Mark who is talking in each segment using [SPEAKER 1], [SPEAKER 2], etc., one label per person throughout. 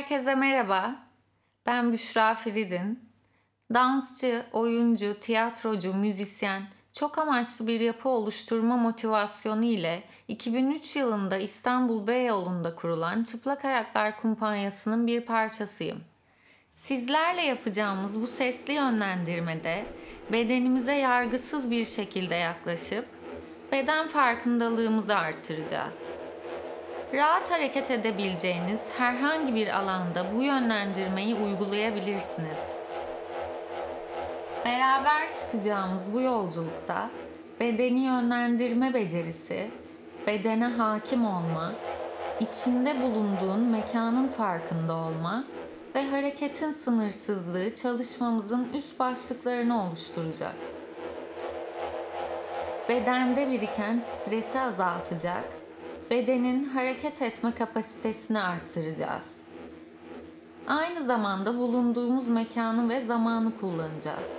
[SPEAKER 1] Herkese merhaba. Ben Büşra Firidin. Dansçı, oyuncu, tiyatrocu, müzisyen, çok amaçlı bir yapı oluşturma motivasyonu ile 2003 yılında İstanbul Beyoğlu'nda kurulan Çıplak Ayaklar Kumpanyası'nın bir parçasıyım. Sizlerle yapacağımız bu sesli yönlendirmede bedenimize yargısız bir şekilde yaklaşıp beden farkındalığımızı artıracağız. Rahat hareket edebileceğiniz herhangi bir alanda bu yönlendirmeyi uygulayabilirsiniz. Beraber çıkacağımız bu yolculukta bedeni yönlendirme becerisi, bedene hakim olma, içinde bulunduğun mekanın farkında olma ve hareketin sınırsızlığı çalışmamızın üst başlıklarını oluşturacak. Bedende biriken stresi azaltacak, bedenin hareket etme kapasitesini arttıracağız. Aynı zamanda bulunduğumuz mekanı ve zamanı kullanacağız.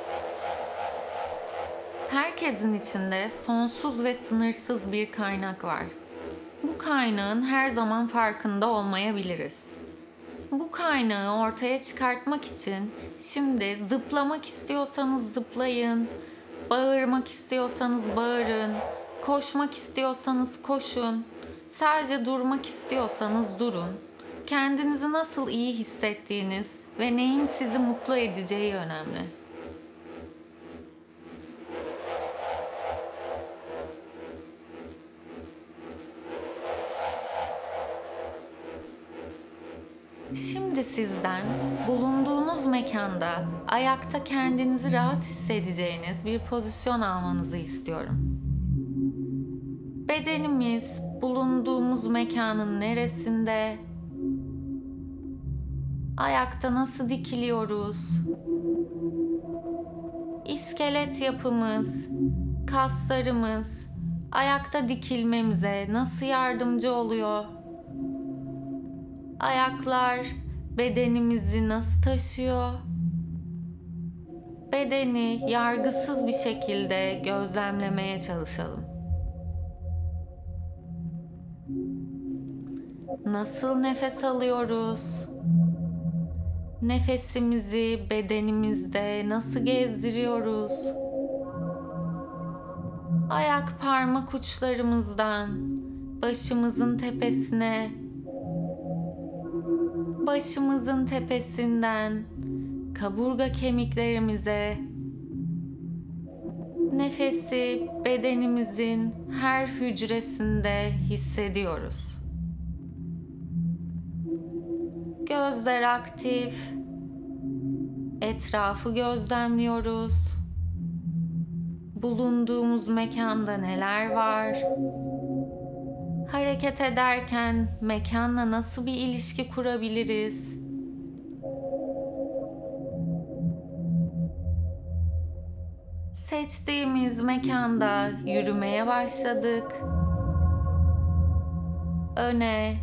[SPEAKER 1] Herkesin içinde sonsuz ve sınırsız bir kaynak var. Bu kaynağın her zaman farkında olmayabiliriz. Bu kaynağı ortaya çıkartmak için şimdi zıplamak istiyorsanız zıplayın, bağırmak istiyorsanız bağırın, koşmak istiyorsanız koşun, sadece durmak istiyorsanız durun. Kendinizi nasıl iyi hissettiğiniz ve neyin sizi mutlu edeceği önemli. Şimdi sizden bulunduğunuz mekanda ayakta kendinizi rahat hissedeceğiniz bir pozisyon almanızı istiyorum. Bedenimiz bulunduğumuz mekanın neresinde? Ayakta nasıl dikiliyoruz? İskelet yapımız, kaslarımız ayakta dikilmemize nasıl yardımcı oluyor? Ayaklar bedenimizi nasıl taşıyor? Bedeni yargısız bir şekilde gözlemlemeye çalışalım. Nasıl nefes alıyoruz? Nefesimizi bedenimizde nasıl gezdiriyoruz? Ayak parmak uçlarımızdan başımızın tepesine, başımızın tepesinden kaburga kemiklerimize, nefesi bedenimizin her hücresinde hissediyoruz. Gözler aktif, etrafı gözlemliyoruz. Bulunduğumuz mekanda neler var? Hareket ederken mekanla nasıl bir ilişki kurabiliriz? Seçtiğimiz mekanda yürümeye başladık. Öne,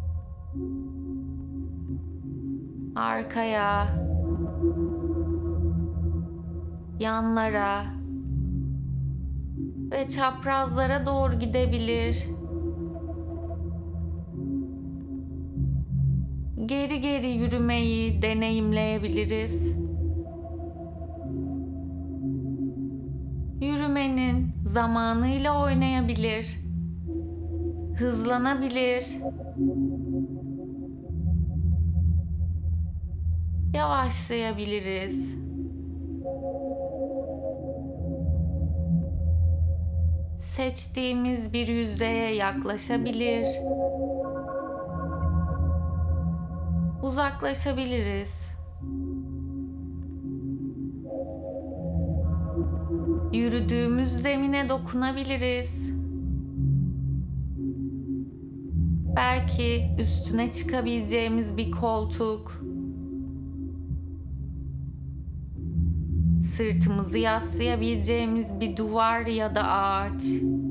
[SPEAKER 1] arkaya, yanlara ve çaprazlara doğru gidebilir. Geri geri yürümeyi deneyimleyebiliriz. Yürümenin zamanıyla oynayabilir, hızlanabilir, yavaşlayabiliriz. Seçtiğimiz bir yüzeye yaklaşabilir, uzaklaşabiliriz. Yürüdüğümüz zemine dokunabiliriz. Belki üstüne çıkabileceğimiz bir koltuk, sırtımızı yaslayabileceğimiz bir duvar ya da ağaç.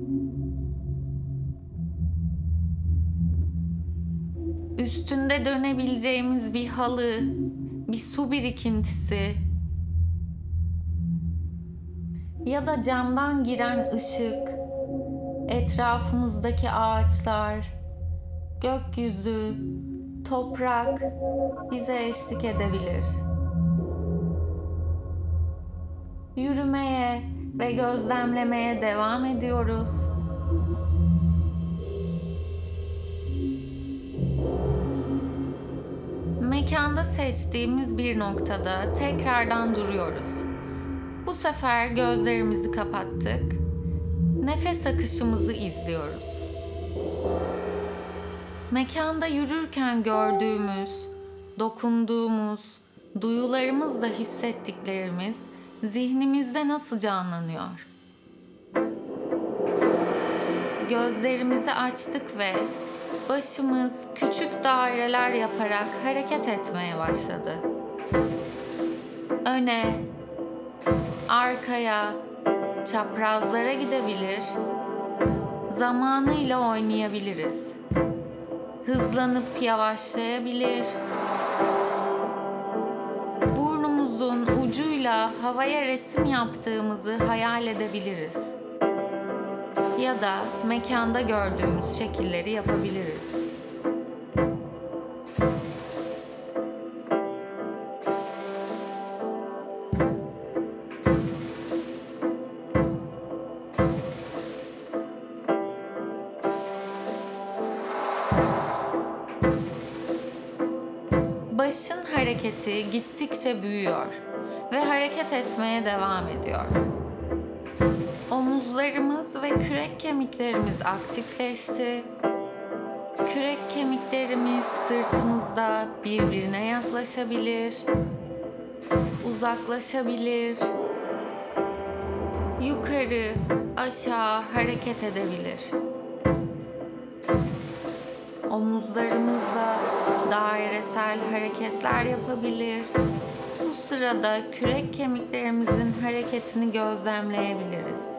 [SPEAKER 1] Üstünde dönebileceğimiz bir halı, bir su birikintisi ya da camdan giren ışık, etrafımızdaki ağaçlar, gökyüzü, toprak bize eşlik edebilir. Yürümeye ve gözlemlemeye devam ediyoruz. Mekanda seçtiğimiz bir noktada tekrardan duruyoruz. Bu sefer gözlerimizi kapattık. Nefes akışımızı izliyoruz. Mekanda yürürken gördüğümüz, dokunduğumuz, duyularımızla hissettiklerimiz zihnimizde nasıl canlanıyor? Gözlerimizi açtık ve başımız küçük daireler yaparak hareket etmeye başladı. Öne, arkaya, çaprazlara gidebilir, zamanıyla oynayabiliriz. Hızlanıp yavaşlayabilir, burnumuzun ucuyla havaya resim yaptığımızı hayal edebiliriz. Ya da mekanda gördüğümüz şekilleri yapabiliriz. Başın hareketi gittikçe büyüyor ve hareket etmeye devam ediyor. Omuzlarımız ve kürek kemiklerimiz aktifleşti. Kürek kemiklerimiz sırtımızda birbirine yaklaşabilir, uzaklaşabilir, yukarı, aşağı hareket edebilir. Omuzlarımızla dairesel hareketler yapabilir. Bu sırada kürek kemiklerimizin hareketini gözlemleyebiliriz.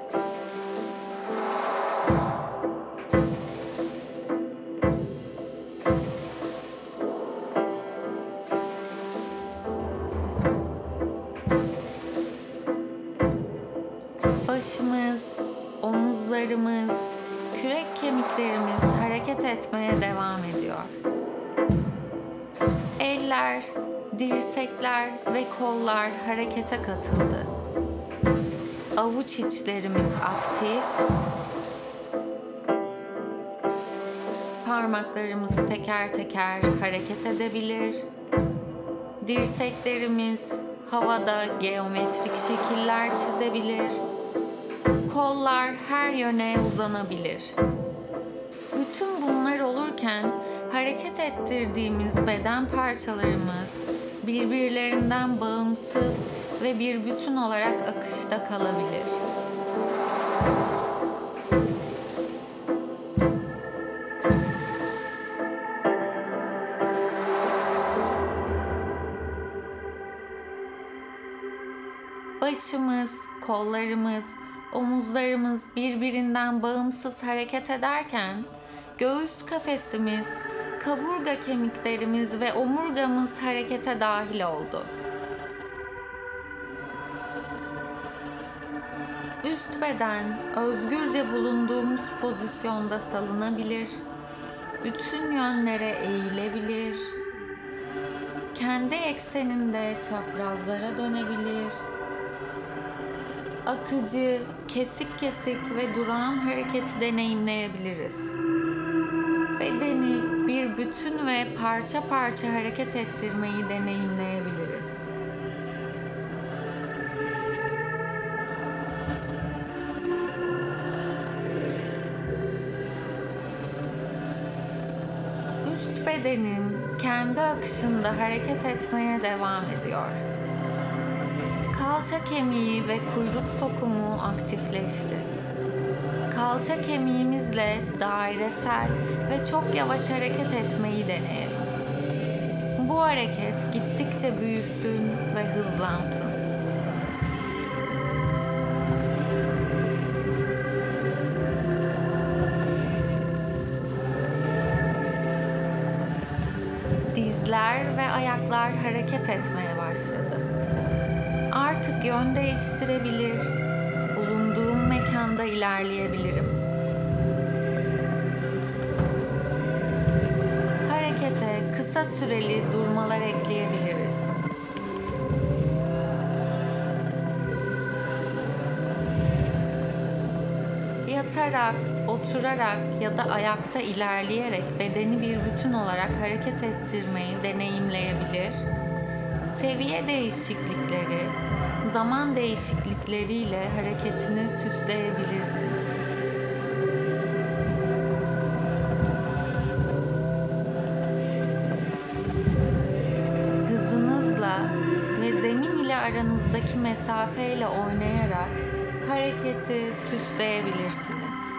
[SPEAKER 1] Başımız, omuzlarımız, kürek kemiklerimiz hareket etmeye devam ediyor. Eller, dirsekler ve kollar harekete katıldı. Avuç içlerimiz aktif. Parmaklarımız teker teker hareket edebilir. Dirseklerimiz havada geometrik şekiller çizebilir. Kollar her yöne uzanabilir. Bütün bunlar olurken hareket ettirdiğimiz beden parçalarımız birbirlerinden bağımsız ve bir bütün olarak akışta kalabilir. Başımız, kollarımız, omuzlarımız birbirinden bağımsız hareket ederken göğüs kafesimiz, kaburga kemiklerimiz ve omurgamız harekete dahil oldu. Üst beden özgürce bulunduğumuz pozisyonda salınabilir, bütün yönlere eğilebilir, kendi ekseninde çaprazlara dönebilir. Akıcı, kesik kesik ve durağan hareketi deneyimleyebiliriz. Bedeni bir bütün ve parça parça hareket ettirmeyi deneyimleyebiliriz. Üst bedenim kendi akışında hareket etmeye devam ediyor. Kalça kemiği ve kuyruk sokumu aktifleşti. Kalça kemiğimizle dairesel ve çok yavaş hareket etmeyi deneyelim. Bu hareket gittikçe büyüsün ve hızlansın. Dizler ve ayaklar hareket etmeye başladı. Artık yön değiştirebilir, bulunduğum mekanda ilerleyebilirim. Harekete kısa kısa süreli durmalar ekleyebiliriz. Yatarak, oturarak ya da ayakta ilerleyerek bedeni bir bütün olarak hareket ettirmeyi deneyimleyebilir. Seviye değişiklikleri, zaman değişiklikleriyle hareketini süsleyebilirsin. Hızınızla ve zemin ile aranızdaki mesafeyle oynayarak hareketi süsleyebilirsiniz.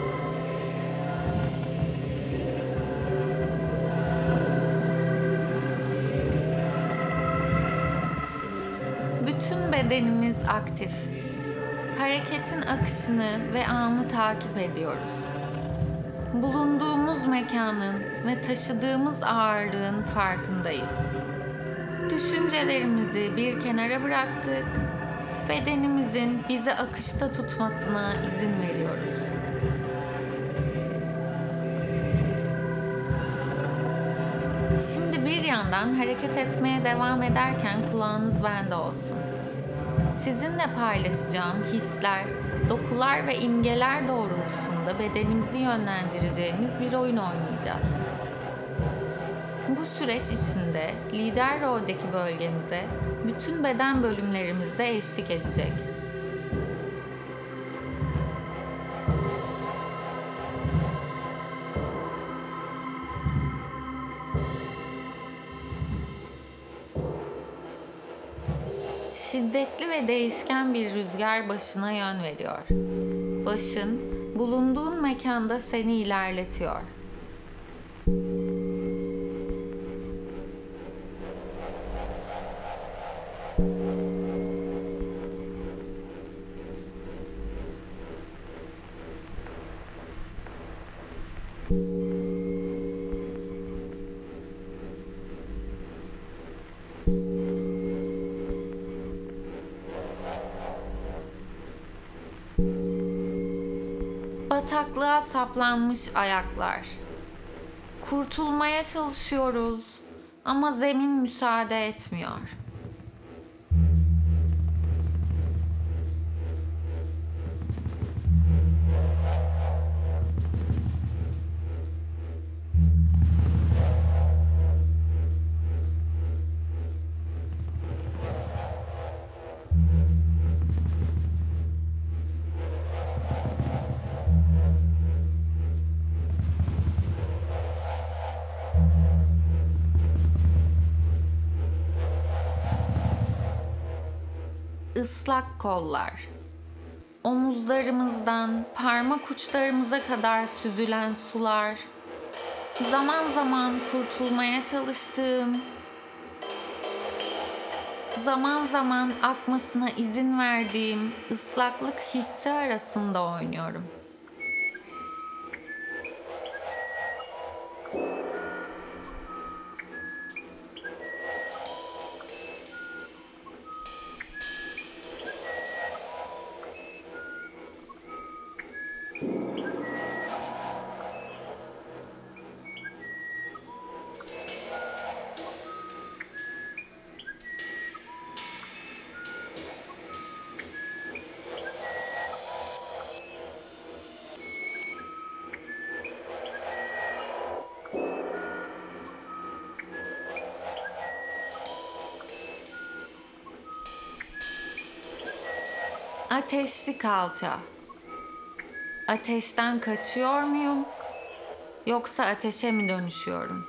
[SPEAKER 1] Bütün bedenimiz aktif. Hareketin akışını ve anı takip ediyoruz. Bulunduğumuz mekanın ve taşıdığımız ağırlığın farkındayız. Düşüncelerimizi bir kenara bıraktık, bedenimizin bizi akışta tutmasına izin veriyoruz. Şimdi bir yandan hareket etmeye devam ederken kulağınız bende olsun. Sizinle paylaşacağım hisler, dokular ve imgeler doğrultusunda bedenimizi yönlendireceğimiz bir oyun oynayacağız. Bu süreç içinde lider roldeki bölgemize bütün beden bölümlerimizde eşlik edecek. Şiddetli ve değişken bir rüzgar başına yön veriyor. Başın bulunduğun mekanda seni ilerletiyor. Bataklığa saplanmış ayaklar. Kurtulmaya çalışıyoruz ama zemin müsaade etmiyor. Islak kollar. Omuzlarımızdan parmak uçlarımıza kadar süzülen sular. Zaman zaman kurtulmaya çalıştığım, zaman zaman akmasına izin verdiğim ıslaklık hissi arasında oynuyorum. Ateşli kalça. Ateşten kaçıyor muyum? Yoksa ateşe mi dönüşüyorum?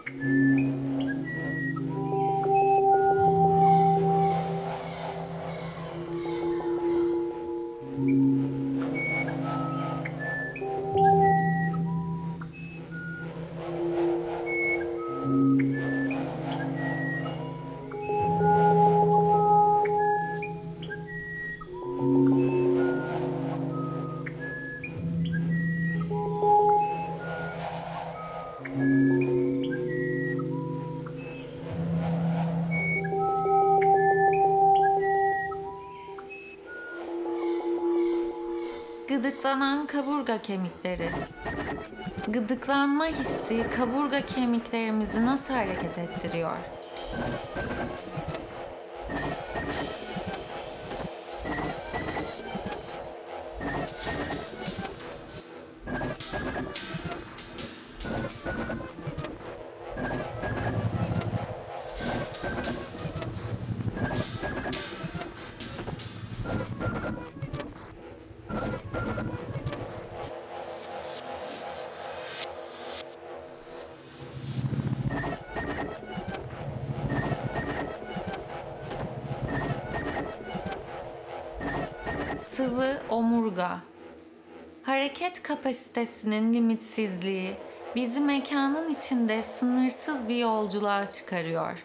[SPEAKER 1] Gıdıklanan kaburga kemikleri. Gıdıklanma hissi kaburga kemiklerimizi nasıl hareket ettiriyor? Sıvı omurga. Hareket kapasitesinin limitsizliği bizi mekanın içinde sınırsız bir yolculuğa çıkarıyor.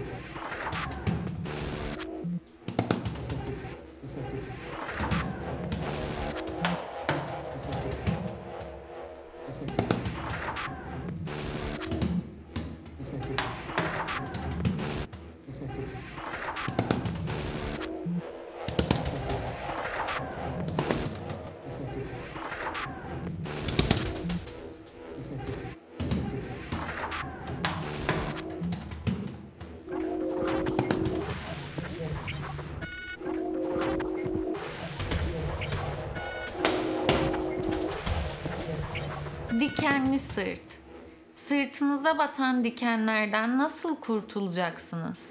[SPEAKER 1] Dikenli sırt. Sırtınıza batan dikenlerden nasıl kurtulacaksınız?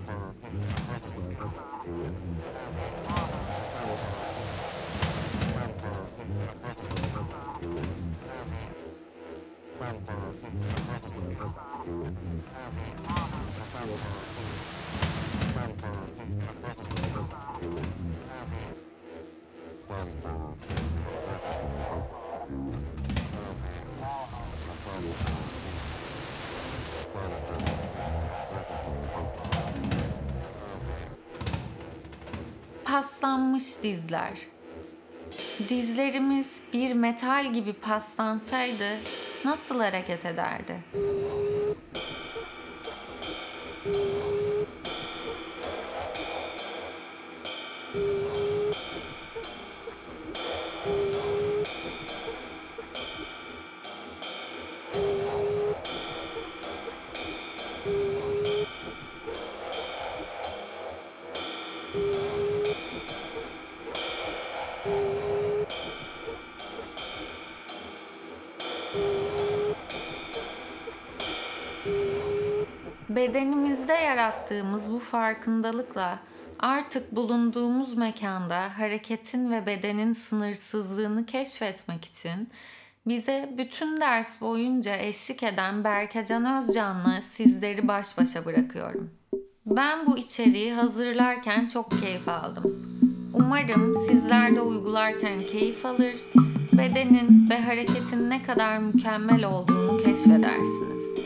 [SPEAKER 1] Paslanmış dizler. Dizlerimiz bir metal gibi paslansaydı nasıl hareket ederdi? Bedenimizde yarattığımız bu farkındalıkla artık bulunduğumuz mekanda hareketin ve bedenin sınırsızlığını keşfetmek için bize bütün ders boyunca eşlik eden Berkecan Özcan'la sizleri baş başa bırakıyorum. Ben bu içeriği hazırlarken çok keyif aldım. Umarım sizler de uygularken keyif alır, bedenin ve hareketin ne kadar mükemmel olduğunu keşfedersiniz.